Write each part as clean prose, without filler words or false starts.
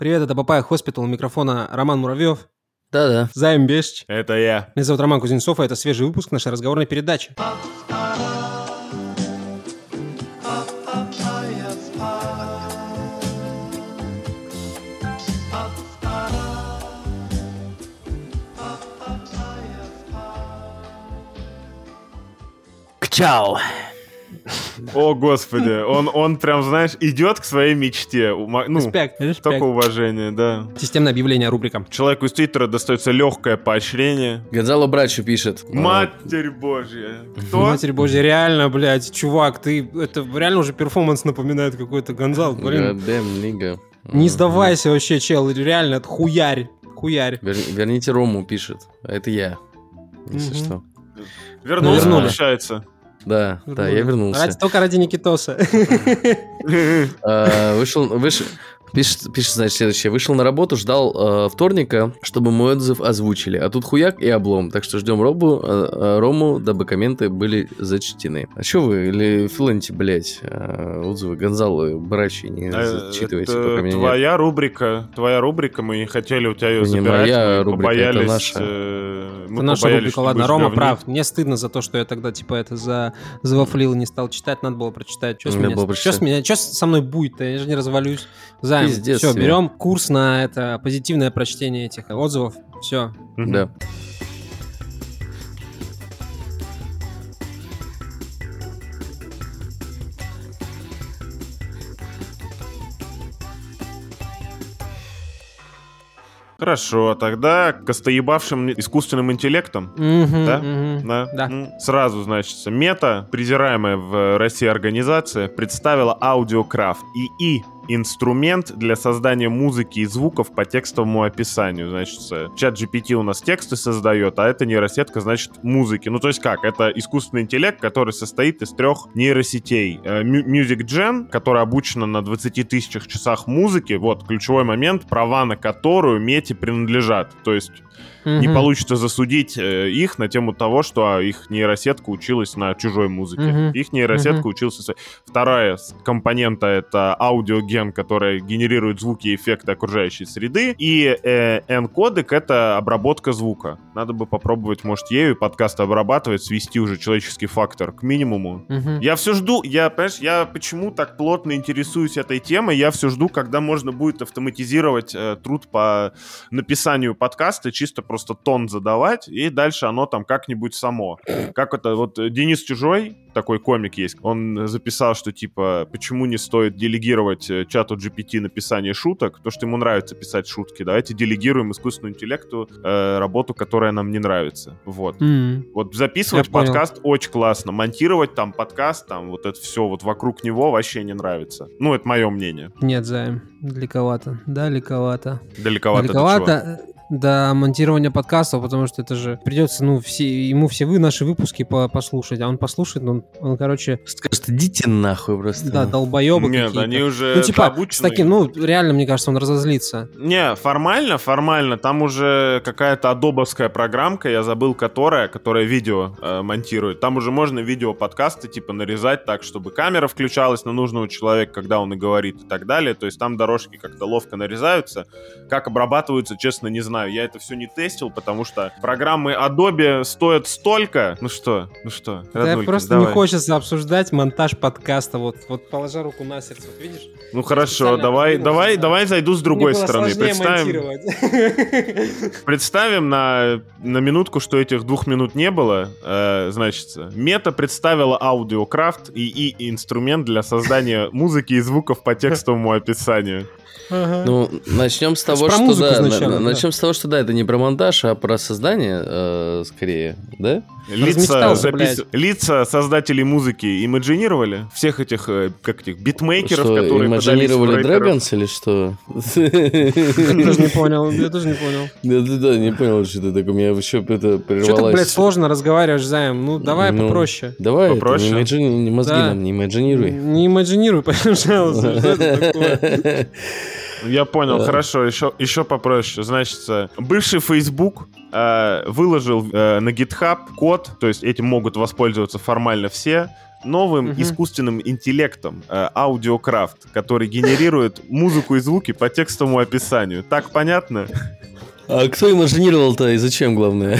Привет, это Папайя Хоспитал, у микрофона Роман Муравьев. Да-да. Займ Бещ. Это я. Меня зовут Роман Кузнецов, и это свежий выпуск нашей разговорной передачи. Чао. О, господи, он прям, знаешь, идет к своей мечте. Респект. Только уважение, да. Системное объявление, рубрика. Человеку из Твиттера достается легкое поощрение. Гонзало Брачу пишет. Матерь Божья. Кто? Матерь Божья, реально, блядь, чувак, это реально уже перформанс напоминает какой-то Гонзал, блин. Goddamn, nigga. Не сдавайся вообще, чел, реально, это хуярь. Верните Рому, пишет. А это я, если что. Вернулся, Вернули. получается. Да, я вернулся. Только ради Никитоса. Вышел, пишет, значит, следующее. Вышел на работу, ждал вторника, чтобы мой отзыв озвучили. А тут хуяк и облом. Так что ждем Рому, дабы комменты были зачтены. А что вы, или Филанти, блядь, отзывы Гонзало Брачи не зачитывайте, пока меня нет. Твоя рубрика, мы не хотели у тебя ее Не забирать. моя мы рубрика, побоялись, это наша. Это наша рубрика, что ладно, будешь Рома говнить. прав. Мне стыдно за то, что я тогда, это завафлил и не стал читать, надо было прочитать. Что со мной будет-то? Я же не развалюсь. Займ, Пиздец, все, я. берем курс на это позитивное прочтение этих отзывов. Все. Да. Хорошо, тогда к остоебавшим искусственным интеллектом. Да? Сразу, значит, Мета, презираемая в России организация, представила Аудиокрафт ИИ, инструмент для создания музыки и звуков по текстовому описанию. Значит, чат GPT у нас тексты создает, а эта нейросетка, значит, музыки. Ну, то есть как? Это искусственный интеллект, который состоит из 3 нейросетей. Music Gen, которая обучена на 20 тысячах часах музыки, вот, ключевой момент, права на которую Мете принадлежат. То есть не получится засудить их на тему того, что их нейросетка училась на чужой музыке. Их нейросетка училась... Вторая компонента — это аудиоген, который генерирует звуки и эффекты окружающей среды. И N-кодек — это обработка звука. Надо бы попробовать, может, ею подкаст обрабатывать, свести уже человеческий фактор к минимуму. Я все жду, я почему так плотно интересуюсь этой темой, я все жду, когда можно будет автоматизировать труд по написанию подкаста, чисто просто тон задавать, и дальше оно там как-нибудь само. Как это, вот Денис Чужой, такой комик есть, он записал, что типа, почему не стоит делегировать чату GPT написание шуток, то, что ему нравится писать шутки, давайте делегируем искусственному интеллекту работу, которая нам не нравится. Вот. Вот записывать подкаст очень классно, монтировать там подкаст, там вот это все вот вокруг него вообще не нравится. Ну, это мое мнение. Нет, Займ, далековато. Далековато до чего? До монтирования подкастов, потому что это же придется, ему все наши выпуски послушать, а он послушает, он, короче... Скажет, идите нахуй просто. Да, долбоебы Нет, какие-то. они уже обучены. С таким, реально, мне кажется, он разозлится. Не, формально, там уже какая-то адобовская программка, я забыл, которая видео монтирует. Там уже можно видео-подкасты, типа, нарезать так, чтобы камера включалась на нужного человека, когда он и говорит, и так далее. То есть там дорожки как-то ловко нарезаются. Как обрабатываются, честно, не знаю. Я это все не тестил, потому что программы Adobe стоят столько. Ну что, Да, просто давай. не хочется обсуждать монтаж подкаста. Вот положа руку на сердце, вот видишь? Ну хорошо, давай зайду с другой стороны. Представим на минутку, что этих 2 минут не было. Значит, Мета представила Аудиокрафт и инструмент для создания музыки и звуков по текстовому описанию. Ну, начнем с того, что да, это не про монтаж, а про создание, скорее, да? Лица создателей музыки имаджинировали всех этих, битмейкеров, что, которые имаджинировали Dragons или что? Я тоже не понял. Да, не понял, что это такое. У меня вообще это прервалось. Что так, блядь, сложно разговариваешь, Займ? Давай попроще. Давай, попроще. Мозги нам не имаджинируй. Не имаджинируй, пожалуйста. Что это такое? Я понял, хорошо, еще попроще. Значит, бывший Facebook выложил на GitHub код, то есть этим могут воспользоваться формально все, новым искусственным интеллектом Audiocraft, который генерирует музыку и звуки по текстовому описанию. Так понятно? А кто имажинировал-то и зачем, главное?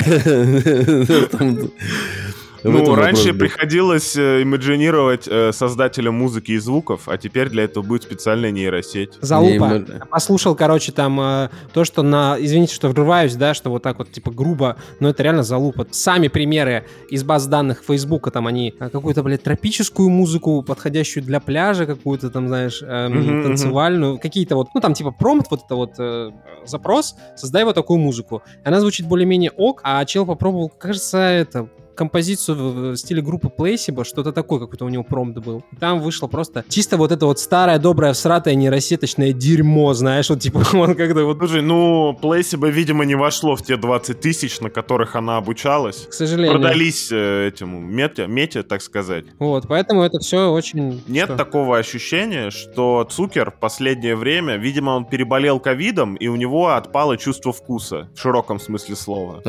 Ну, раньше приходилось имаджинировать создателя музыки и звуков, а теперь для этого будет специальная нейросеть. Залупа. Послушал, короче, там то, что извините, что врываюсь, да, что вот так вот, типа, грубо, но это реально залупа. Сами примеры из баз данных Фейсбука, там они какую-то, блядь, тропическую музыку, подходящую для пляжа, какую-то там, знаешь, танцевальную, какие-то вот, ну, там, типа, промпт, вот это вот запрос, создай вот такую музыку. Она звучит более-менее ок, а чел попробовал, кажется, композицию в стиле группы Placebo, что-то такое, какой-то у него промпт был. И там вышло просто чисто вот это вот старое, доброе, всратое, нейросеточное дерьмо, знаешь, вот типа он как-то вот... Слушай, ну, Placebo, видимо, не вошло в те 20 тысяч, на которых она обучалась. К сожалению. Продались этому мете, так сказать. Вот, поэтому это все очень... Нет такого ощущения, что Цукер в последнее время, видимо, он переболел ковидом, и у него отпало чувство вкуса, в широком смысле слова.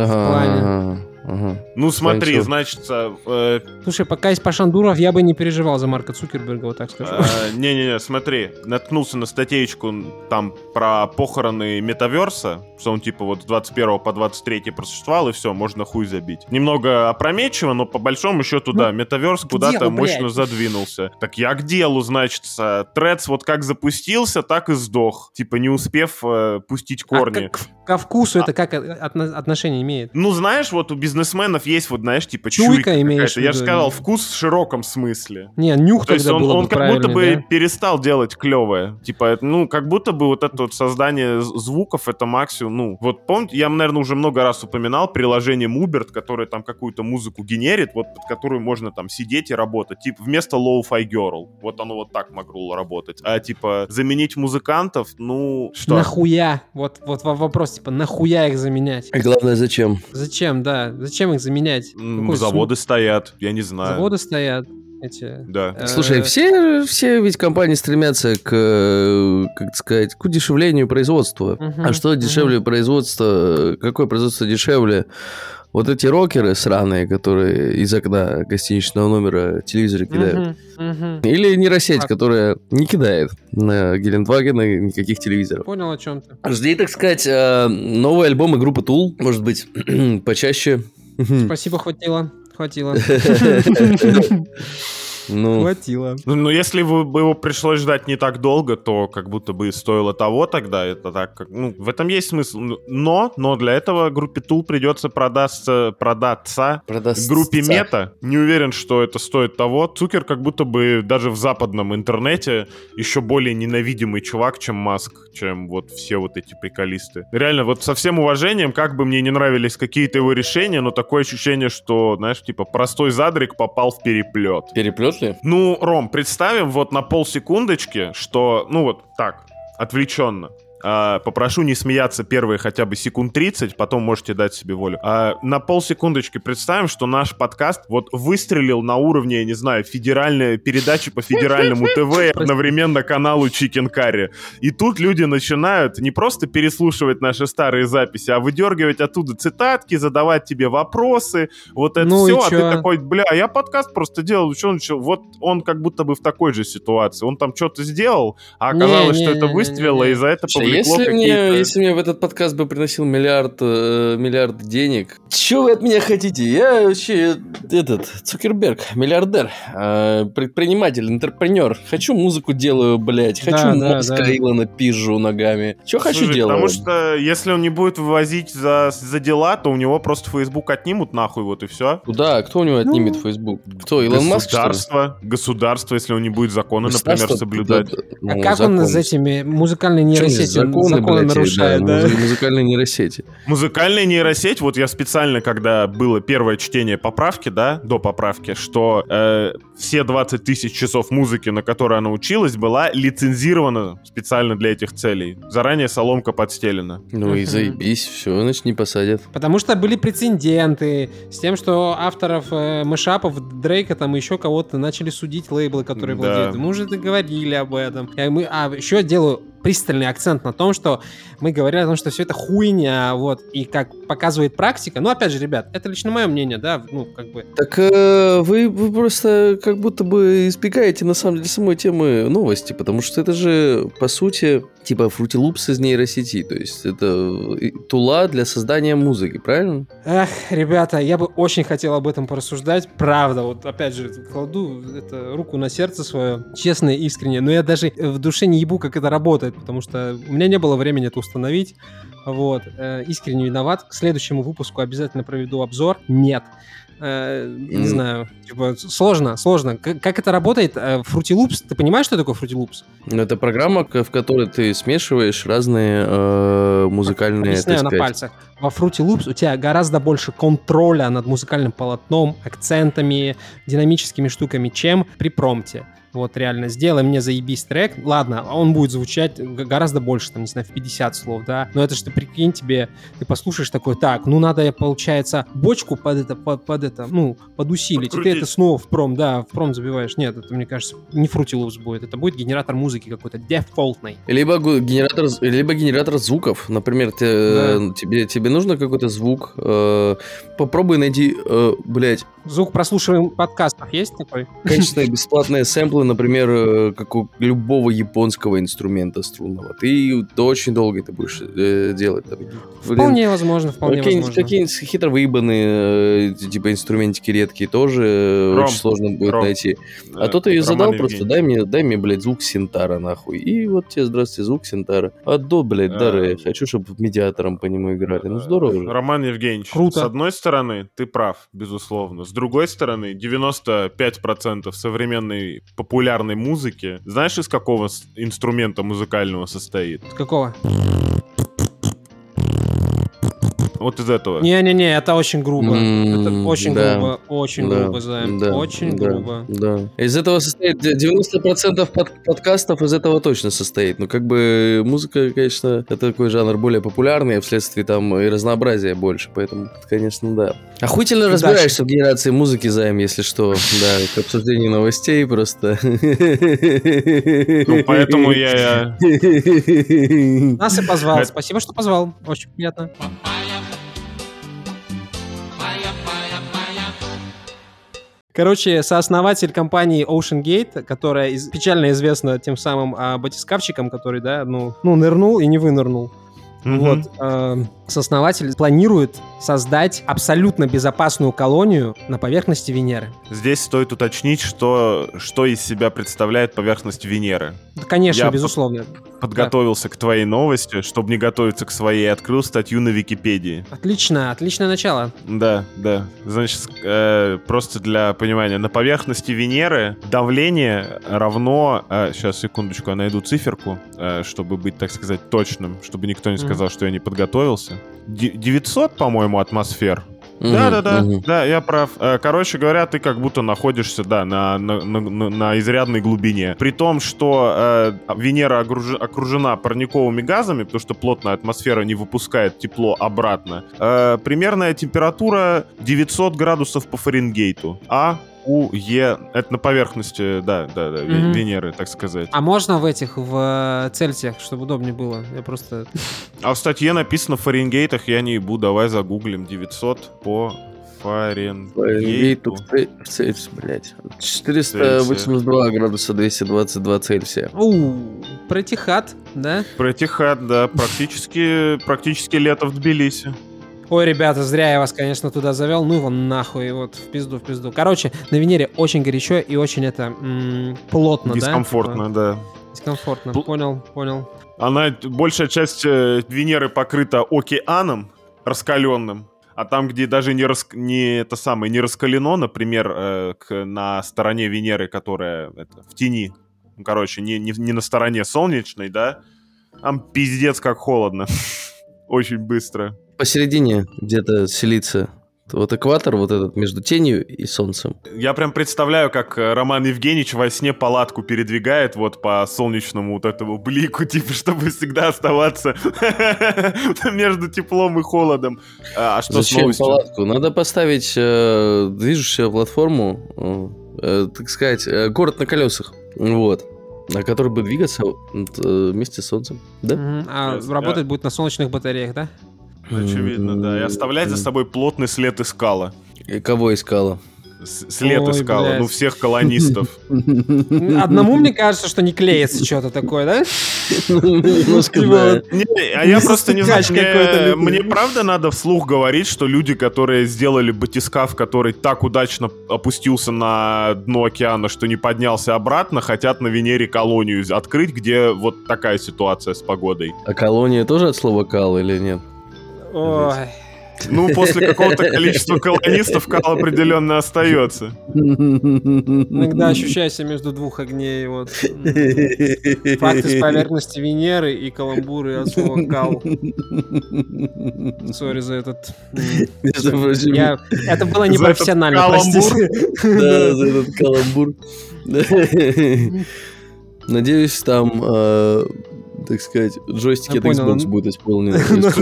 Ну, смотри, значит... Слушай, пока есть Пашан Дуров, я бы не переживал за Марка Цукерберга, вот так скажу. Не-не-не, смотри, наткнулся на статейку там про похороны метаверса, что он типа вот с 21 по 23 просуществовал, и все, можно хуй забить. Немного опрометчиво, но по большому счету, да, метаверс куда-то мощно задвинулся. Так я к делу, значит, Threads вот как запустился, так и сдох, типа не успев пустить корни. Ко вкусу это как отношение имеет? Ну, знаешь, вот у бизнесменов есть вот, знаешь, типа чуйка какая-то. Я же сказал, вкус в широком смысле. Не, нюх то есть тогда он как будто бы да? перестал делать клевое. Типа, ну, как будто бы вот это вот создание звуков, это максимум, ну, вот помните, я, наверное, уже много раз упоминал приложение Mubert, которое там какую-то музыку генерит, вот под которую можно там сидеть и работать. Типа, вместо Lo-Fi Girl. Вот оно вот так могло работать. А, типа, заменить музыкантов, ну, что? Нахуя? Вот вопрос, типа, нахуя их заменять? И главное, зачем? Зачем, да. Зачем их заменять? Заводы стоят, я не знаю. Заводы стоят. Да. Слушай, все ведь компании стремятся к, как сказать, к удешевлению производства. А что дешевле производства? Какое производство дешевле? Вот эти рокеры сраные, которые из окна гостиничного номера телевизор кидают. Или нейросеть, которая не кидает на Гелендвагена никаких телевизоров. Понял, о чем ты. Жди, так сказать, новые альбомы группы Tool, может быть, почаще. Спасибо, хватило. Хватило. Ну, если бы его пришлось ждать не так долго, то как будто бы стоило того тогда. Это так, как, ну, в этом есть смысл. Но для этого группе Tool придется продаться группе Meta. Не уверен, что это стоит того. Цукер как будто бы даже в западном интернете еще более ненавидимый чувак, чем Маск, чем вот все вот эти приколисты. Реально, вот со всем уважением, как бы мне не нравились какие-то его решения, но такое ощущение, что, знаешь, типа простой задрик попал в переплет. Переплет ли? Ну, Ром, представим вот на полсекундочки, что, ну вот так, отвлеченно. Попрошу не смеяться первые хотя бы секунд 30, потом можете дать себе волю. На полсекундочки представим, что наш подкаст вот выстрелил на уровне, я не знаю, федеральной передачи по федеральному ТВ, одновременно каналу Chicken Curry. И тут люди начинают не просто переслушивать наши старые записи, а выдергивать оттуда цитатки, задавать тебе вопросы, вот это все, а ты такой, бля, я подкаст просто делал, что он еще? Вот он как будто бы в такой же ситуации. Он там что-то сделал, а оказалось, что это выстрелило, и за это если мне в этот подкаст бы приносил миллиард денег, что вы от меня хотите? Я вообще Цукерберг, миллиардер, предприниматель, интерпренер. Хочу музыку делаю, блядь. Хочу мозг Илона пизжу ногами. Что хочу делаю. Потому что если он не будет вывозить за дела, то у него просто Facebook отнимут нахуй, вот и все. Куда? Кто у него отнимет Facebook? Кто, Илон Маск, что ли? Государство, если он не будет законы, например, соблюдать. А как он с этими музыкальными нейросетями законы нарушает, да? Музыкальные нейросети. Музыкальная нейросеть, вот я специально, когда было первое чтение поправки, да, до поправки, что все 20 тысяч часов музыки, на которые она училась, была лицензирована специально для этих целей. Заранее соломка подстелена. Ну и заебись, все, значит, не посадят. Потому что были прецеденты с тем, что авторов мэшапов, Дрейка там еще кого-то начали судить лейблы, которые владеют. Мы уже договорили об этом. А еще делаю пристальный акцент на том, что мы говорили о том, что все это хуйня, вот, и как показывает практика. Ну, опять же, ребят, это лично мое мнение, да, ну, как бы... Так вы просто как будто бы избегаете, на самом деле, самой темы новости, потому что это же, по сути, типа Fruity Loops из нейросети, то есть это тула для создания музыки, правильно? Эх, ребята, я бы очень хотел об этом порассуждать, правда, вот опять же, кладу руку на сердце свое, честно и искренне, но я даже в душе не ебу, как это работает, потому что у меня не было времени это установить, вот, искренне виноват, к следующему выпуску обязательно проведу обзор, нет. Не знаю, типа, сложно. Как это работает? Fruity Loops, ты понимаешь, что такое Fruity Loops? Это программа, в которой ты смешиваешь разные музыкальные... Объясняю на пальцах. Во Fruity Loops у тебя гораздо больше контроля над музыкальным полотном, акцентами, динамическими штуками, чем при промпте. Вот, реально, сделай мне заебись трек. Ладно, он будет звучать гораздо больше, там, не знаю, в 50 слов, да. Но это же, ты прикинь, ты послушаешь такой, так, ну, надо, получается, бочку под усилить. Подкрутить. И ты это снова в пром забиваешь. Нет, это, мне кажется, не Fruity Loops будет. Это будет генератор музыки какой-то дефолтный. Либо генератор звуков. Например, тебе нужно какой-то звук. Попробуй найти, Звук прослушиваем подкастов есть такой? качественные бесплатные сэмплы, например, как у любого японского инструмента струнного. Ты очень долго это будешь делать. Там, Вполне возможно. Какие-нибудь хитро выебанные типа инструментики редкие тоже очень сложно будет найти. А то ты задал просто, дай мне, блядь, звук синтара, нахуй. И вот тебе, здравствуйте, звук синтара. Блядь, дары. Хочу, чтобы медиатором по нему играли. Ну, здорово же. Роман Евгеньевич, Круто. С одной стороны, ты прав, безусловно. С другой стороны, 95% современной популярной музыки, знаешь, из какого инструмента музыкального состоит? С какого? Вот из этого. Не-не-не, это очень грубо. Это очень да. грубо. Очень Да, грубо, Займ. да, Очень да, грубо. Да. Из этого состоит 90% подкастов из этого точно состоит. Ну, как бы музыка, конечно, это такой жанр более популярный, а вследствие там и разнообразия больше. Поэтому, конечно, да. Охуительно разбираешься в генерации музыки, Займ, если что. Да, к обсуждению новостей просто. Ну, поэтому я... Нас и позвал. Спасибо, что позвал. Очень приятно. Короче, сооснователь компании OceanGate, которая печально известна тем самым батискафчиком, который, да, нырнул и не вынырнул. Вот, сооснователь планирует создать абсолютно безопасную колонию на поверхности Венеры. Здесь стоит уточнить, что из себя представляет поверхность Венеры. Да, конечно, безусловно. Подготовился к твоей новости, чтобы не готовиться к своей, открыл статью на Википедии. Отличное начало. Да. Значит, просто для понимания, на поверхности Венеры давление равно... сейчас, секундочку, я найду циферку, чтобы быть, так сказать, точным, чтобы никто не сказал, что я не подготовился. 900, по-моему, атмосфер. Да, я прав. Короче говоря, ты как будто находишься, да, на изрядной глубине. При том, что Венера окружена парниковыми газами, потому что плотная атмосфера не выпускает тепло обратно. Примерная температура 900 градусов по Фаренгейту. Это на поверхности, да, Венеры, так сказать. А можно в Цельсиях, чтобы удобнее было? Я просто... А в статье написано в Фаренгейтах, я не ебу, давай загуглим 900 по Фаренгейту. Блядь. 482 градуса 222 Цельсия. Протихат, да? Протихат, да. Практически лето в Тбилиси. Ой, ребята, зря я вас, конечно, туда завел. Ну его нахуй, вот в пизду. Короче, на Венере очень горячо и очень плотно, дискомфортно, да? Дискомфортно, понял. Большая часть Венеры покрыта океаном раскаленным, а там, где даже не раскалено, например, на стороне Венеры, которая в тени, не на стороне солнечной, да, там пиздец как холодно. Очень быстро. Посередине где-то селится вот экватор, вот этот между тенью и солнцем. Я прям представляю, как Роман Евгеньевич во сне палатку передвигает вот по солнечному вот этому блику, типа, чтобы всегда оставаться между теплом и холодом. А что Зачем с новостью? Палатку? Надо поставить движущую платформу, так сказать, город на колесах. Вот. который будет двигаться вместе с Солнцем, да? А работать будет на солнечных батареях, да? Очевидно, да. И оставлять за собой плотный след искала. И кого искала? След искала, всех колонистов. Одному мне кажется, что не клеится что-то такое, да? Немножко, да. А я просто не знаю, мне правда надо вслух говорить, что люди, которые сделали батискаф, который так удачно опустился на дно океана, что не поднялся обратно, хотят на Венере колонию открыть, где вот такая ситуация с погодой. А колония тоже от слова «кал» или нет? Ой... После какого-то количества колонистов кал определенно остается. Иногда ощущайся между двух огней. Вот. Факты с поверхности Венеры и каламбуры от слова кал. Сори за этот... Это было непрофессионально, простите. Да, за этот каламбур. Надеюсь, там... так сказать, джойстики от Xbox будут исполнены.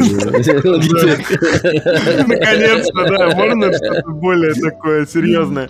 Наконец-то, да, можно что-то более такое серьезное.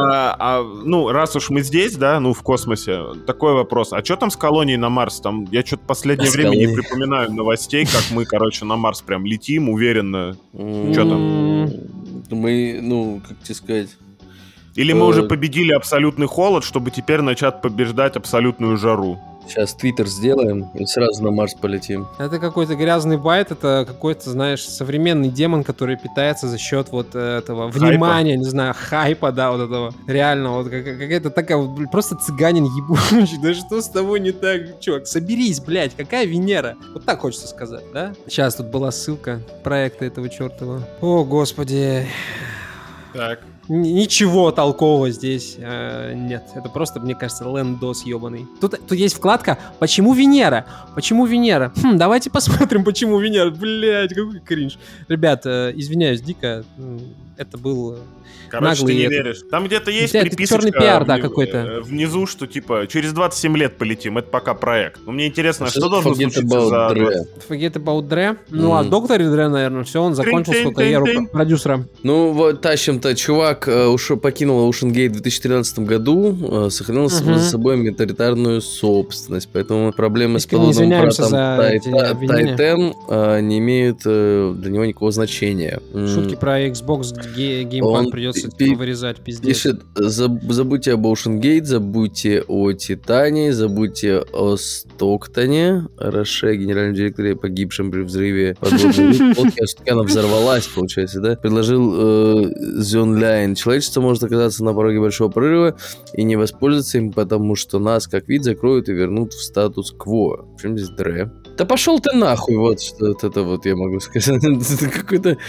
Раз уж мы здесь, да, в космосе, такой вопрос. А что там с колонией на Марс? Там я что-то в последнее время не припоминаю новостей, как мы, на Марс прям летим уверенно. Что там? Мы, как тебе сказать... Или мы уже победили абсолютный холод, чтобы теперь начать побеждать абсолютную жару? Сейчас твиттер сделаем и сразу на Марс полетим. Это какой-то грязный байт, это какой-то, знаешь, современный демон, который питается за счет вот этого внимания, не знаю, хайпа, да, вот этого. Реально, вот какая-то такая вот, просто цыганин ебучий. Да что с тобой не так, чувак? Соберись, блядь, какая Венера? Вот так хочется сказать, да? Сейчас тут была ссылка проекта этого чертова. О, господи. Так. Ничего толкового здесь нет. Это просто, мне кажется, лэндос ебаный. Тут есть вкладка «Почему Венера?». Почему Венера? Давайте посмотрим, почему Венера. Блядь, какой кринж. Ребят, извиняюсь дико. Это был Короче, наглый... ты не веришь. Там где-то есть приписочка черный пиар, да, какой-то. Внизу, что типа через 27 лет полетим. Это пока проект. Но мне интересно, что должно случиться за... Forget about Dre. А доктор Dre, наверное, все, он закончил свою карьеру продюсера. Вот тащим-то чувак покинул Ocean Gate в 2013 году, сохранил за собой менталитарную собственность, поэтому проблемы с подводным аппаратом Titan не имеют для него никакого значения. Шутки про Xbox геймпад придется вырезать, пиздец. Пишет, забудьте об Ocean Gate, забудьте о Титане, забудьте о Стоктоне, Роше, генеральном директоре, погибшем при взрыве подводной лодки, она взорвалась, получается, да? Предложил Зёнляйн. Человечество может оказаться на пороге большого прорыва и не воспользоваться им, потому что нас, как вид, закроют и вернут в статус-кво. В чем здесь Дре? Да пошел ты нахуй, вот что это вот я могу сказать. Какой-то,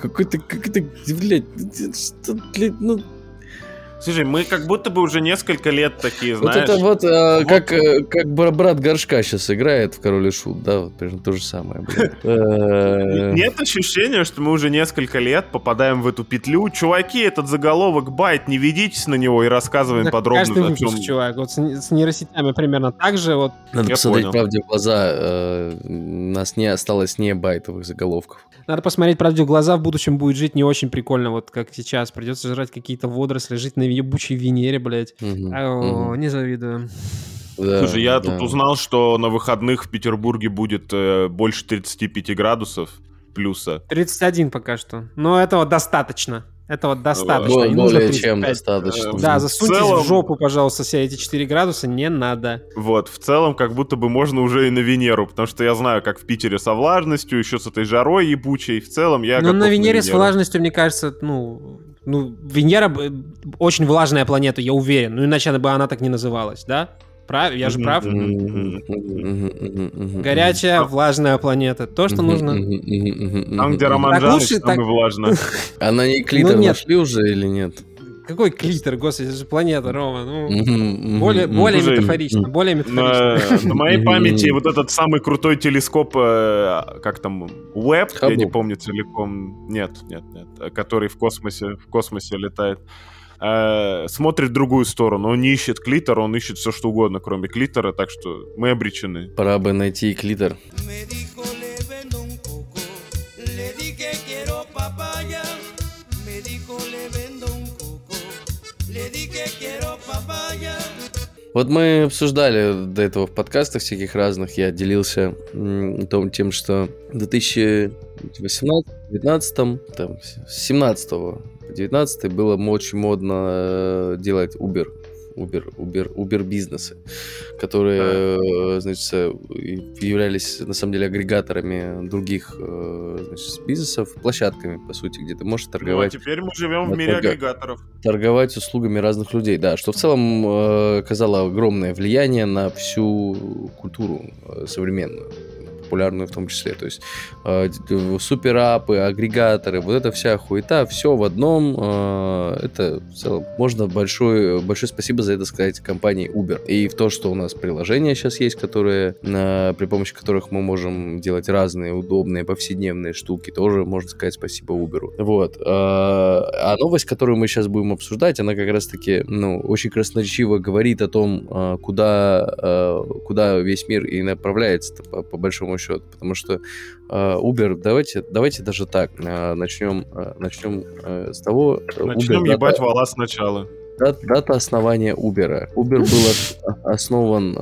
блядь, что, блядь, Слушай, мы как будто бы уже несколько лет такие, знаешь... Вот это как брат Горшка сейчас играет в Король и Шут, да, вот примерно то же самое, блядь. Нет ощущения, что мы уже несколько лет попадаем в эту петлю. Чуваки, этот заголовок байт, не ведитесь на него и рассказываем подробно. Каждый выпуск, чувак, вот с нейросетями примерно так же вот. Надо посмотреть правде в глаза, у нас не осталось не байтовых заголовков. Надо посмотреть правде в глаза, в будущем будет жить не очень прикольно, вот как сейчас. Придется жрать какие-то водоросли, жить на ебучей Венере, блядь. Не завидую. Да, слушай, я тут узнал, что на выходных в Петербурге будет больше 35 градусов плюса. 31 пока что. Но этого достаточно. Этого достаточно. Не более чем достаточно. Да, засуньтесь в жопу, пожалуйста, все эти 4 градуса, не надо. Вот, в целом, как будто бы можно уже и на Венеру, потому что я знаю, как в Питере со влажностью, еще с этой жарой ебучей. В целом я готов на Венере с влажностью, мне кажется, Венера очень влажная планета, я уверен. Иначе бы она так не называлась, да? Я же прав? Горячая, влажная планета. То, что нужно. Там, где Романжаныч, там и влажно. А на ней клитор нашли уже или нет? Какой клитор, господи, это же планета, Рома. Более метафорично, более метафорично. На моей памяти вот этот самый крутой телескоп, как там, Уэбб, я не помню целиком. Нет, который в космосе летает. Смотрит в другую сторону. Он не ищет клитор, он ищет все что угодно, кроме клитора, так что мы обречены. Пора бы найти клитор. Вот мы обсуждали до этого в подкастах всяких разных, я делился тем, что в 2018-2019, там, с 17 по 19 было очень модно делать Uber бизнесы, которые, значит, являлись на самом деле агрегаторами других, значит, бизнесов, площадками, по сути, где ты можешь торговать. Ну, а теперь мы живем в мире агрегаторов. Торговать услугами разных людей, да, что в целом оказало огромное влияние на всю культуру современную, популярную в том числе. То есть суперапы, агрегаторы, вот эта вся хуета, все в одном. Это в целом можно большое спасибо за это сказать компании Uber. И в то, что у нас приложения сейчас есть, которые, при помощи которых мы можем делать разные удобные повседневные штуки, тоже можно сказать спасибо Uber. Вот. А новость, которую мы сейчас будем обсуждать, она как раз-таки, очень красноречиво говорит о том, куда весь мир и направляется по большому счету, потому что Uber, давайте даже так, начнем с того... Начнем ебать вала сначала. Дата основания Uber. Uber был основан...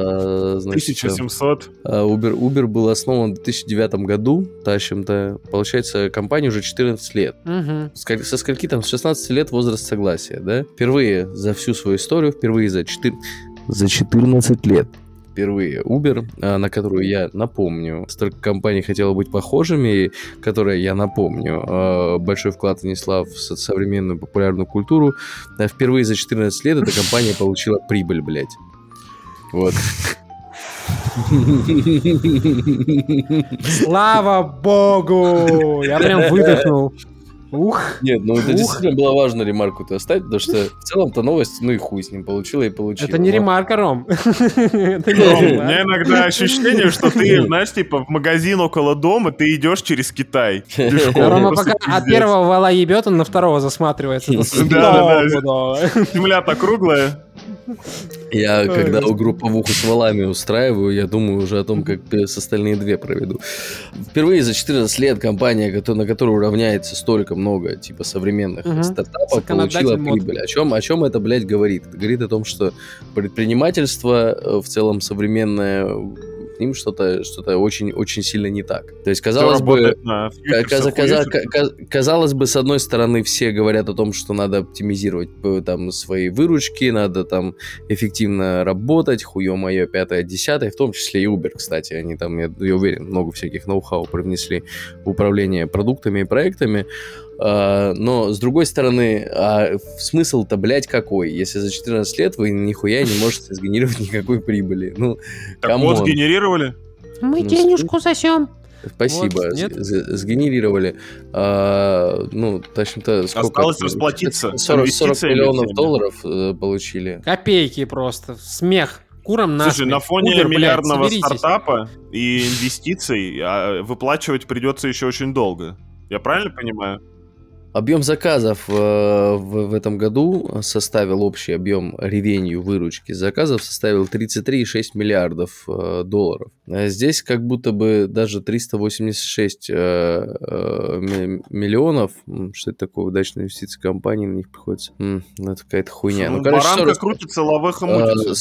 1700. Uber был основан в 2009 году, тащим-то. Получается, компании уже 14 лет. Угу. Со скольки там? С 16 лет возраст согласия, да? Впервые за всю свою историю, за 14 лет. Впервые Uber, на которую я напомню, столько компаний хотело быть похожими, которая, я напомню, большой вклад внесла в современную популярную культуру. Впервые за 14 лет эта компания получила прибыль, блядь. Вот. Слава богу! Я прям выдохнул. Ух. Нет, это действительно было важно ремарку ты оставить, потому что в целом-то новость, и хуй с ним, получила. Это не ремарка, Ром. У меня иногда ощущение, что ты, знаешь, типа в магазин около дома, ты идешь через Китай. Рома пока от первого вала ебет, он на второго засматривается. Да. Земля-то круглая. Я, когда групповуху с валами устраиваю, я думаю уже о том, как с остальные две проведу. Впервые за 14 лет компания, на которую равняется столько много, типа, современных стартапов, получила прибыль. О чем это, блядь, говорит? Это говорит о том, что предпринимательство в целом современное... с ним что-то очень сильно не так. То есть, казалось бы, с одной стороны, все говорят о том, что надо оптимизировать там свои выручки, надо там эффективно работать, хуё-моё, 5-10, в том числе и Uber, кстати. Они там, я уверен, много всяких ноу-хау привнесли в управление продуктами и проектами. Но, с другой стороны, смысл-то, блядь, какой? Если за 14 лет вы нихуя не можете сгенерировать никакой прибыли. Так вот, сгенерировали. Мы денежку засем. Спасибо, вот, сгенерировали. Тащим-то сколько? Осталось расплатиться. 40 миллионов долларов получили. Копейки просто. Смех. Курам насмех. Слушай, на фоне Uber, миллиардного блядь, стартапа и инвестиций выплачивать придется еще очень долго. Я правильно понимаю? Объем заказов в этом году составил общий объем ревенью выручки заказов составил 33,6 миллиардов долларов. Здесь как будто бы даже 386 миллионов, что это такое, удачная инвестиция компании, на них приходится. Это какая-то хуйня. Баранка крутится, лавеха мутится.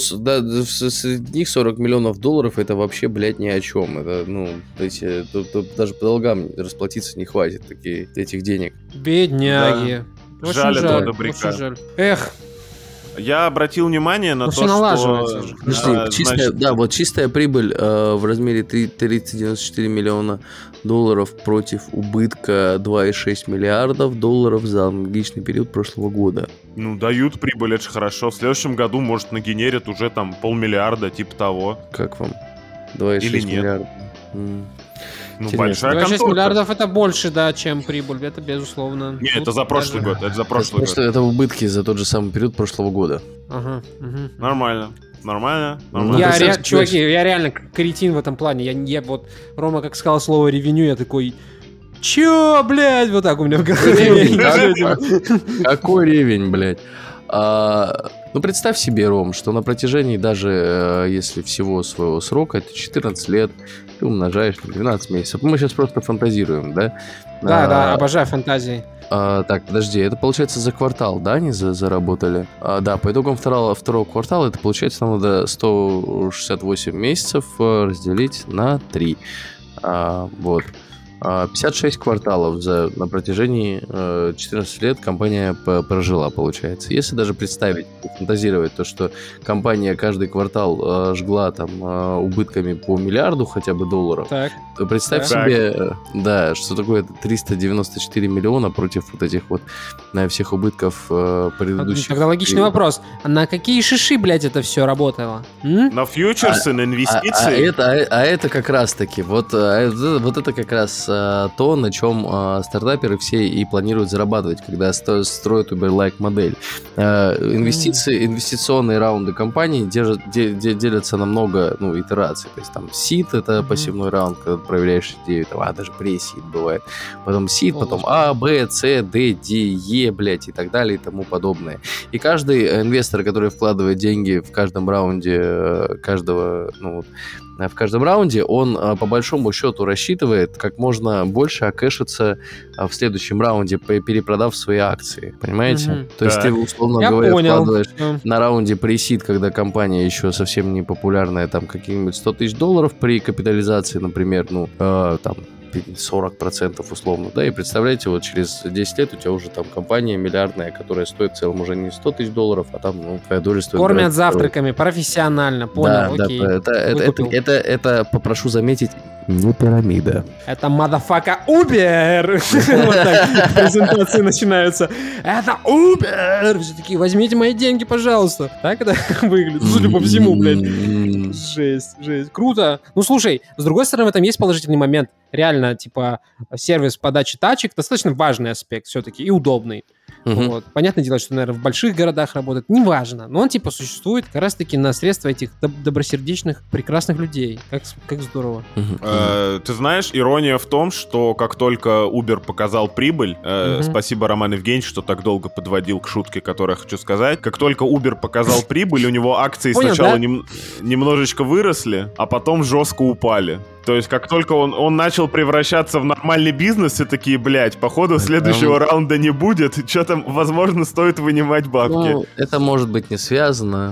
Среди них 40 миллионов долларов это вообще, блядь, ни о чем. Это, даже по долгам расплатиться не хватит этих денег. Бедняги. Да. Жаль этого добряка. Эх. Я обратил внимание на то, что... чистая прибыль в размере 394 миллиона долларов против убытка 2,6 миллиардов долларов за аналогичный период прошлого года. Дают прибыль, это же хорошо. В следующем году, может, нагенерят уже там 500 миллиарда, типа того. Как вам? 2,6 миллиарда. Большая конторка. 6 миллиардов это больше, да, чем прибыль, это безусловно. Нет, это за прошлый год, это за прошлый год. Это убытки за тот же самый период прошлого года. Ага. Нормально. Чуваки, я реально кретин в этом плане. Я вот, Рома как сказал слово ревеню, я такой... Чё, блядь? Вот так у меня в голове. Какой ревень, блядь? Ну, представь себе, Ром, что на протяжении даже, если всего своего срока, это 14 лет, ты умножаешь на 12 месяцев. Мы сейчас просто фантазируем, да? Да, обожаю фантазии. Так, подожди, это получается за квартал, да, они заработали? Да, по итогам второго квартала это получается, нам надо 168 месяцев разделить на 3. Вот. 56 кварталов на протяжении 14 лет компания прожила, получается. Если даже представить, фантазировать то, что компания каждый квартал жгла там убытками по миллиарду хотя бы долларов, то представь себе, да, что такое 394 миллиона против вот этих вот всех убытков предыдущих. Тогда логичный вопрос. На какие шиши, блядь, это все работало? На фьючерсы, на инвестиции? Это как раз-таки, вот это как раз то, на чем стартаперы все и планируют зарабатывать, когда строят Uber-like модель. Инвестиционные раунды компаний делятся на много итераций. То есть там сид — это пассивный раунд, когда ты проверяешь идею, там, даже pre-сид бывает. Потом сид, потом А, Б, С, Д, Д, Е, блядь, и так далее и тому подобное. И каждый инвестор, который вкладывает деньги в каждом раунде в каждом раунде, он по большому счету рассчитывает как можно больше окэшиться в следующем раунде, перепродав свои акции. Понимаете? То есть ты, условно говоря, вкладываешь на раунде pre-seed, когда компания еще совсем не популярная, там какие-нибудь $100 000 при капитализации, например, 40% условно, да, и представляете, вот через 10 лет у тебя уже там компания миллиардная, которая стоит в целом уже не $100 000, а там, твоя доля стоит... Кормят завтраками, профессионально, понял, окей. Да, это, попрошу заметить, не пирамида. Это motherfucker Uber! Вот так презентации начинаются. Это Uber! Все такие, возьмите мои деньги, пожалуйста. Так это выглядит, судя по всему, блядь. Жесть. Круто. Ну, слушай, с другой стороны, в этом есть положительный момент. Реально, типа, сервис подачи тачек достаточно важный аспект все-таки и удобный. Вот. Понятное дело, что, наверное, в больших городах работает, неважно, но он, типа, существует как раз-таки на средства этих добросердечных, прекрасных людей. Как здорово. Ты знаешь, ирония в том, что как только Uber показал прибыль, спасибо, Роман Евгеньевич, что так долго подводил к шутке, которую я хочу сказать, как только Uber показал прибыль, у него акции сначала немножечко выросли, а потом жестко упали. То есть, как только он начал превращаться в нормальный бизнес, все такие, блядь, походу следующего раунда не будет, что там, возможно, стоит вынимать бабки. Ну, это может быть не связано,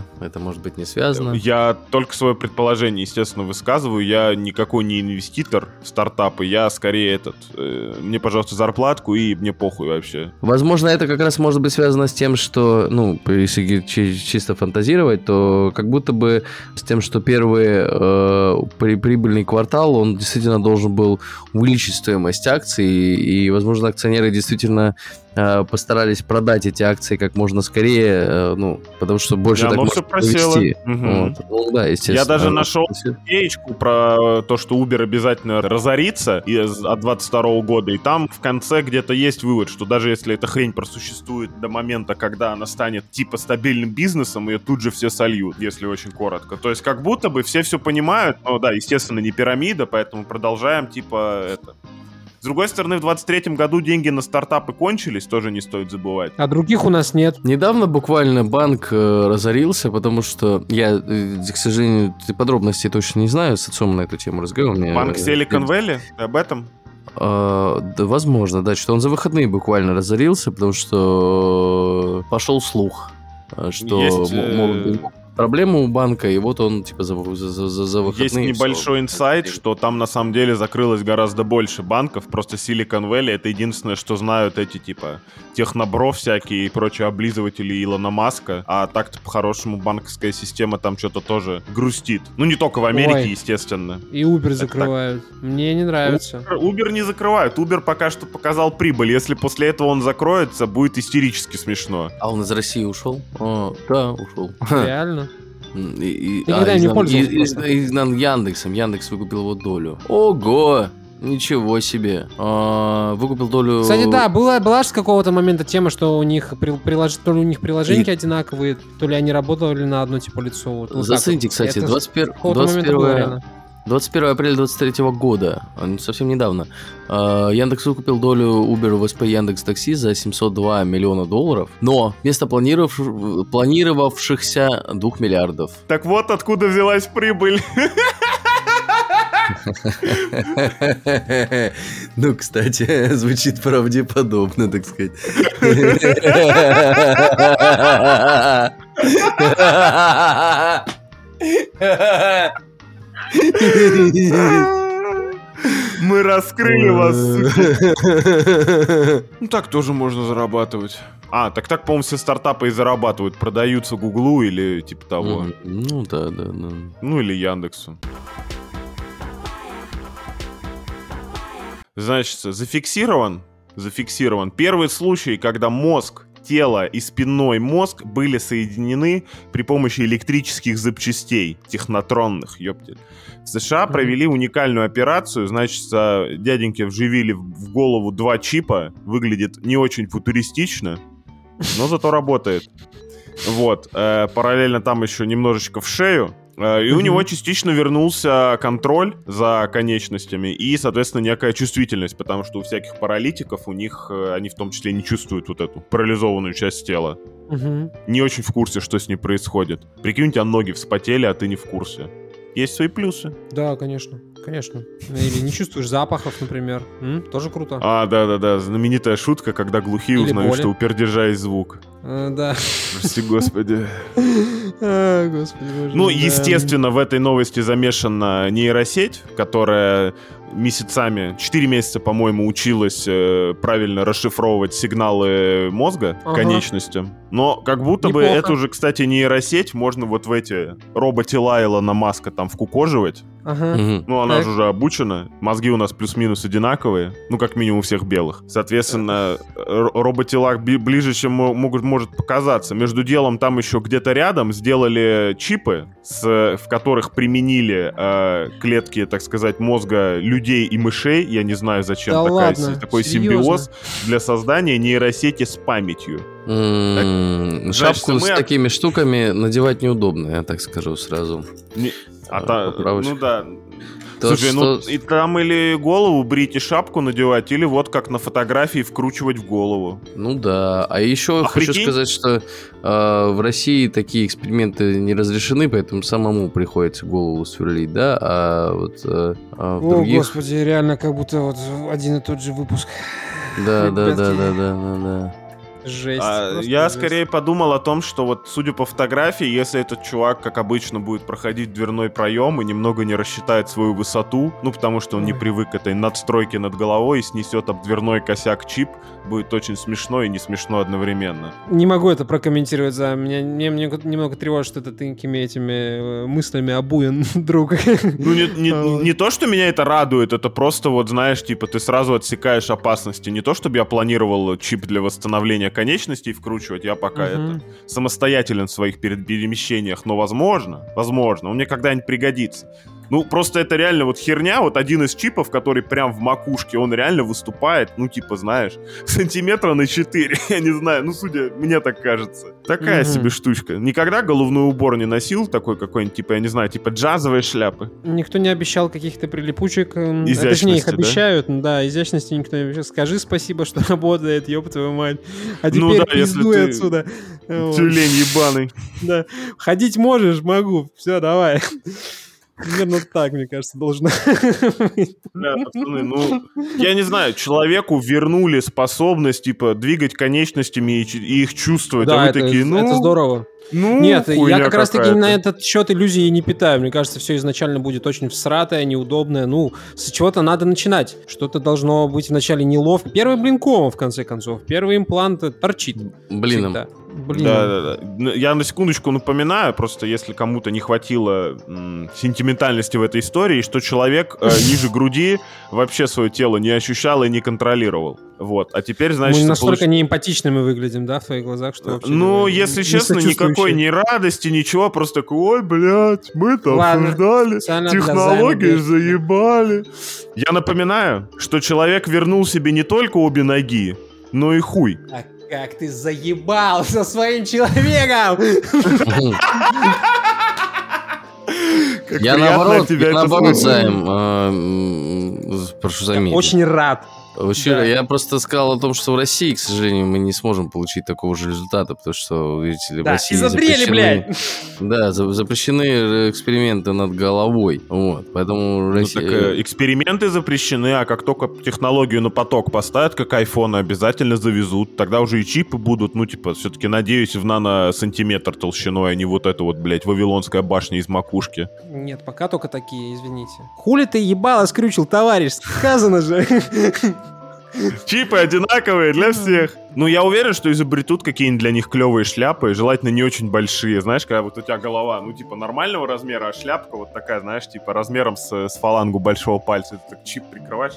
Я только свое предположение, естественно, высказываю. Я никакой не инвеститор в стартапы, я скорее мне, пожалуйста, зарплатку и мне похуй вообще. Возможно, это как раз может быть связано с тем, что, если чисто фантазировать, то как будто бы с тем, что первый прибыльный квартал, он действительно должен был увеличить стоимость акций, и, возможно, акционеры действительно постарались продать эти акции как можно скорее, потому что больше так можно провести. Вот. Да, естественно. Я даже нашел статейку про то, что Uber обязательно разорится от 2022 года, и там в конце где-то есть вывод, что даже если эта хрень просуществует до момента, когда она станет типа стабильным бизнесом, ее тут же все сольют, если очень коротко. То есть как будто бы все понимают, да, естественно, не пирамида, поэтому продолжаем С другой стороны, в 23-м году деньги на стартапы кончились, тоже не стоит забывать. А других у нас нет. Недавно буквально банк разорился, потому что я, к сожалению, подробностей точно не знаю, с отцом на эту тему разговаривал. Банк Silicon Valley? Ты об этом? Да, возможно, да, что он за выходные буквально разорился, потому что пошел слух, что могут быть проблема у банка, и вот он, типа, за выходные... Есть небольшой инсайт, что там, на самом деле, закрылось гораздо больше банков, просто Silicon Valley — это единственное, что знают эти, типа, технобро всякие и прочие облизыватели Илона Маска, а так-то, по-хорошему, банковская система там что-то тоже грустит. Ну, не только в Америке, естественно. И Uber закрывают. Мне не нравится. Uber не закрывают. Uber пока что показал прибыль. Если после этого он закроется, будет истерически смешно. А он из России ушел? Да, ушел. Реально? Никогда не пользовался. Яндексом. Яндекс выкупил его долю. Ого! Ничего себе. Выкупил долю... Кстати, да, была же с какого-то момента тема, что у них то ли у них приложения одинаковые, то ли они работали на одно типа лицо. Зацените, кстати, 21 апреля 2023 года, совсем недавно, Яндекс выкупил долю Uber в СП Яндекс.Такси за $702 миллиона, но вместо планировавшихся 2 миллиардов. Так вот откуда взялась прибыль. Ну, кстати, звучит правдеподобно, так сказать. Мы раскрыли вас, сука. Ну так тоже можно зарабатывать. Так, по-моему, все стартапы и зарабатывают. Продаются Гуглу или типа того. Ну да. Ну или Яндексу. Значит, зафиксирован первый случай, когда мозг, тело и спинной мозг были соединены при помощи электрических запчастей, технотронных, ёптель. В США провели уникальную операцию, значит, дяденьке вживили в голову 2 чипа, выглядит не очень футуристично, но зато работает. Вот, параллельно там еще немножечко в шею, и у него частично вернулся контроль за конечностями и, соответственно, некая чувствительность, потому что у всяких паралитиков у них, они в том числе не чувствуют вот эту парализованную часть тела. Не очень в курсе, что с ней происходит. Прикинь, у тебя ноги вспотели, а ты не в курсе. Есть свои плюсы. Да, конечно. Или не чувствуешь запахов, например. Тоже круто. Да. Знаменитая шутка, когда глухие или узнают, боли. что у пердежа есть звук. Да. Прости, господи. Господи, боже. Ну, естественно, в этой новости замешана нейросеть, которая 4 месяца, по-моему, училась правильно расшифровывать сигналы мозга конечностям. Но как будто бы эту же, кстати, нейросеть можно вот в эти роботела Илона Маска там вкукоживать. Ну, она же уже обучена. Мозги у нас плюс-минус одинаковые. Ну, как минимум у всех белых. Соответственно, роботела ближе, чем может показаться. Между делом там еще где-то рядом сделали чипы, в которых применили клетки, так сказать, мозга людей и мышей. Я не знаю, зачем такой симбиоз для создания нейросети с памятью. Шапку с такими штуками надевать неудобно, я так скажу сразу. Ну да. Слушай, и там или голову брить и шапку надевать, или вот как на фотографии вкручивать в голову. Ну да. А еще хочу сказать, что в России такие эксперименты не разрешены, поэтому самому приходится голову сверлить, да? А вот в других... Господи, реально как будто вот один и тот же выпуск. Да. Жесть. Я скорее подумал о том, что вот, судя по фотографии, если этот чувак, как обычно, будет проходить в дверной проем и немного не рассчитает свою высоту, ну, потому что он не привык к этой надстройке над головой и снесет об дверной косяк чип, будет очень смешно и не смешно одновременно. Не могу это прокомментировать, Меня немного тревожит, что ты такими этими мыслями обуян, друг. Ну, не то, что меня это радует, это просто вот, знаешь, типа, ты сразу отсекаешь опасности. Не то, чтобы я планировал чип для восстановления конечностей вкручивать, я пока самостоятелен в своих перемещениях, но возможно, он мне когда-нибудь пригодится. Ну, просто это реально вот херня, вот один из чипов, который прям в макушке, он реально выступает, ну, типа, знаешь, 4 сантиметра, я не знаю, ну, судя, мне так кажется. Такая себе штучка. Никогда головной убор не носил, такой какой-нибудь, типа, я не знаю, типа джазовые шляпы? Никто не обещал каких-то прилипучек. Изящности, точнее, их обещают, да, изящности никто не обещает. Скажи спасибо, что работает, ёб твою мать. А теперь пиздуй отсюда. Тюлень ебаный. Да. Ходить можешь? Могу. Все, давай. Примерно так, мне кажется, должно быть. Да, пацаны, ну, я не знаю, человеку вернули способность, типа, двигать конечностями и их чувствовать, да, а вы такие, это здорово. Нет, я как раз-таки на этот счет иллюзии не питаю. Мне кажется, все изначально будет очень всратое, неудобное. Ну, с чего-то надо начинать. Что-то должно быть вначале неловко. Первый блин кома, в конце концов. Первый имплант торчит. Блином. Да. Я на секундочку напоминаю, просто если кому-то не хватило сентиментальности в этой истории, что человек ниже груди вообще свое тело не ощущал и не контролировал. Вот. А теперь, значит... Мы настолько неэмпатичными выглядим, да, в твоих глазах, что вообще... Ну, если честно, никакой ни радости, ничего, просто такой, ой, блядь, мы там обсуждали, технологии заебали. Я напоминаю, что человек вернул себе не только обе ноги, но и хуй. Как ты заебал со своим человеком! Я наоборот, Займ, прошу заметить. Очень рад. Вообще, да. Я просто сказал о том, что в России, к сожалению, мы не сможем получить такого же результата, потому что, видите ли, в России запрещены... блядь! Да, запрещены эксперименты над головой. Вот, поэтому так, эксперименты запрещены, а как только технологию на поток поставят, как айфоны, обязательно завезут. Тогда уже и чипы будут, ну, типа, все-таки, надеюсь, в наносантиметр толщиной, а не вот это вот, блядь, Вавилонская башня из макушки. Нет, пока только такие, извините. Хули ты ебало скрючил, товарищ? Сказано же. Чипы одинаковые для всех. Ну, я уверен, что изобретут какие-нибудь для них клевые шляпы, желательно не очень большие. Знаешь, когда вот у тебя голова, ну, типа, нормального размера, а шляпка вот такая, знаешь, типа, размером с фалангу большого пальца. Ты так чип прикрываешь,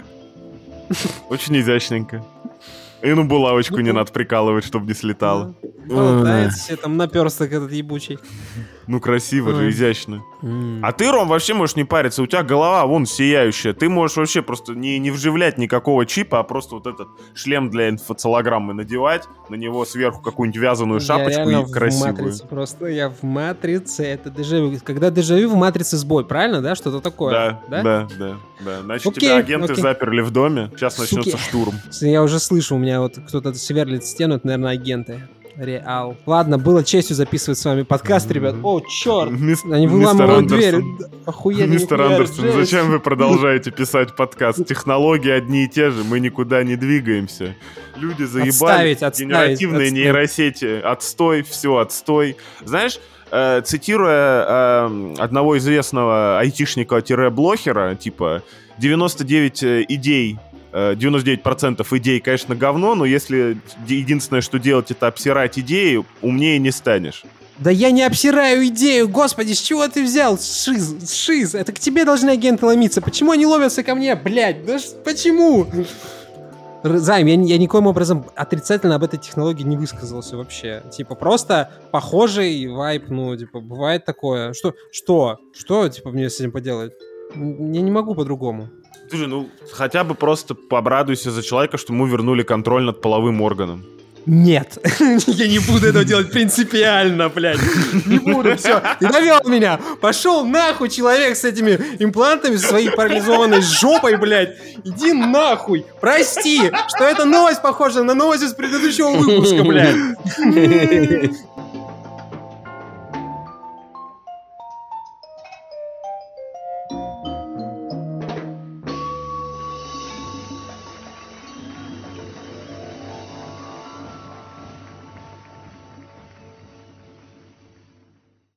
очень изящненько. И ну булавочку не надо прикалывать, чтобы не слетало. Болтается там наперсток этот ебучий. Ну красиво же, изящно. А ты, Ром, вообще можешь не париться. У тебя голова вон сияющая. Ты можешь вообще просто не вживлять никакого чипа, а просто вот этот шлем для инфоцилограммы надевать, на него сверху какую-нибудь вязаную шапочку и красивую. В матрице просто. Я в матрице. Это дежавю. Когда дежавю, в матрице сбой, правильно, да? Что-то такое. Да. Значит, тебя агенты заперли в доме. Сейчас начнется штурм. Я уже слышу, у меня вот кто-то сверлит стену, это, наверное, агенты. Реал. Ладно, было честью записывать с вами подкаст, ребят. О, черт! Они выламывают дверь. Охуенно. Мистер Андерсон, зачем вы продолжаете писать подкаст? Технологии одни и те же, мы никуда не двигаемся. Люди заебали. Генеративные нейросети. Отстой, все, отстой. Знаешь, цитируя одного известного айтишника-блогера, типа 99 идей, 99% идей, конечно, говно, но если единственное, что делать, это обсирать идеи, умнее не станешь. Да я не обсираю идею, господи, с чего ты взял? Шиз, это к тебе должны агенты ломиться. Почему они ломятся ко мне, блядь? Да почему? Займ, я никоим образом отрицательно об этой технологии не высказался вообще. Типа, просто похожий вайб, ну, типа, бывает такое. Что, типа, мне с этим поделать? Я не могу по-другому. Слушай, ну, хотя бы просто пообрадуйся за человека, что ему вернули контроль над половым органом. Нет, я не буду этого делать принципиально, блядь. Не буду, все. Ты довел меня. Пошел нахуй, человек с этими имплантами, со своей парализованной жопой, блядь. Иди нахуй. Прости, что эта новость похожа на новость из предыдущего выпуска, блядь.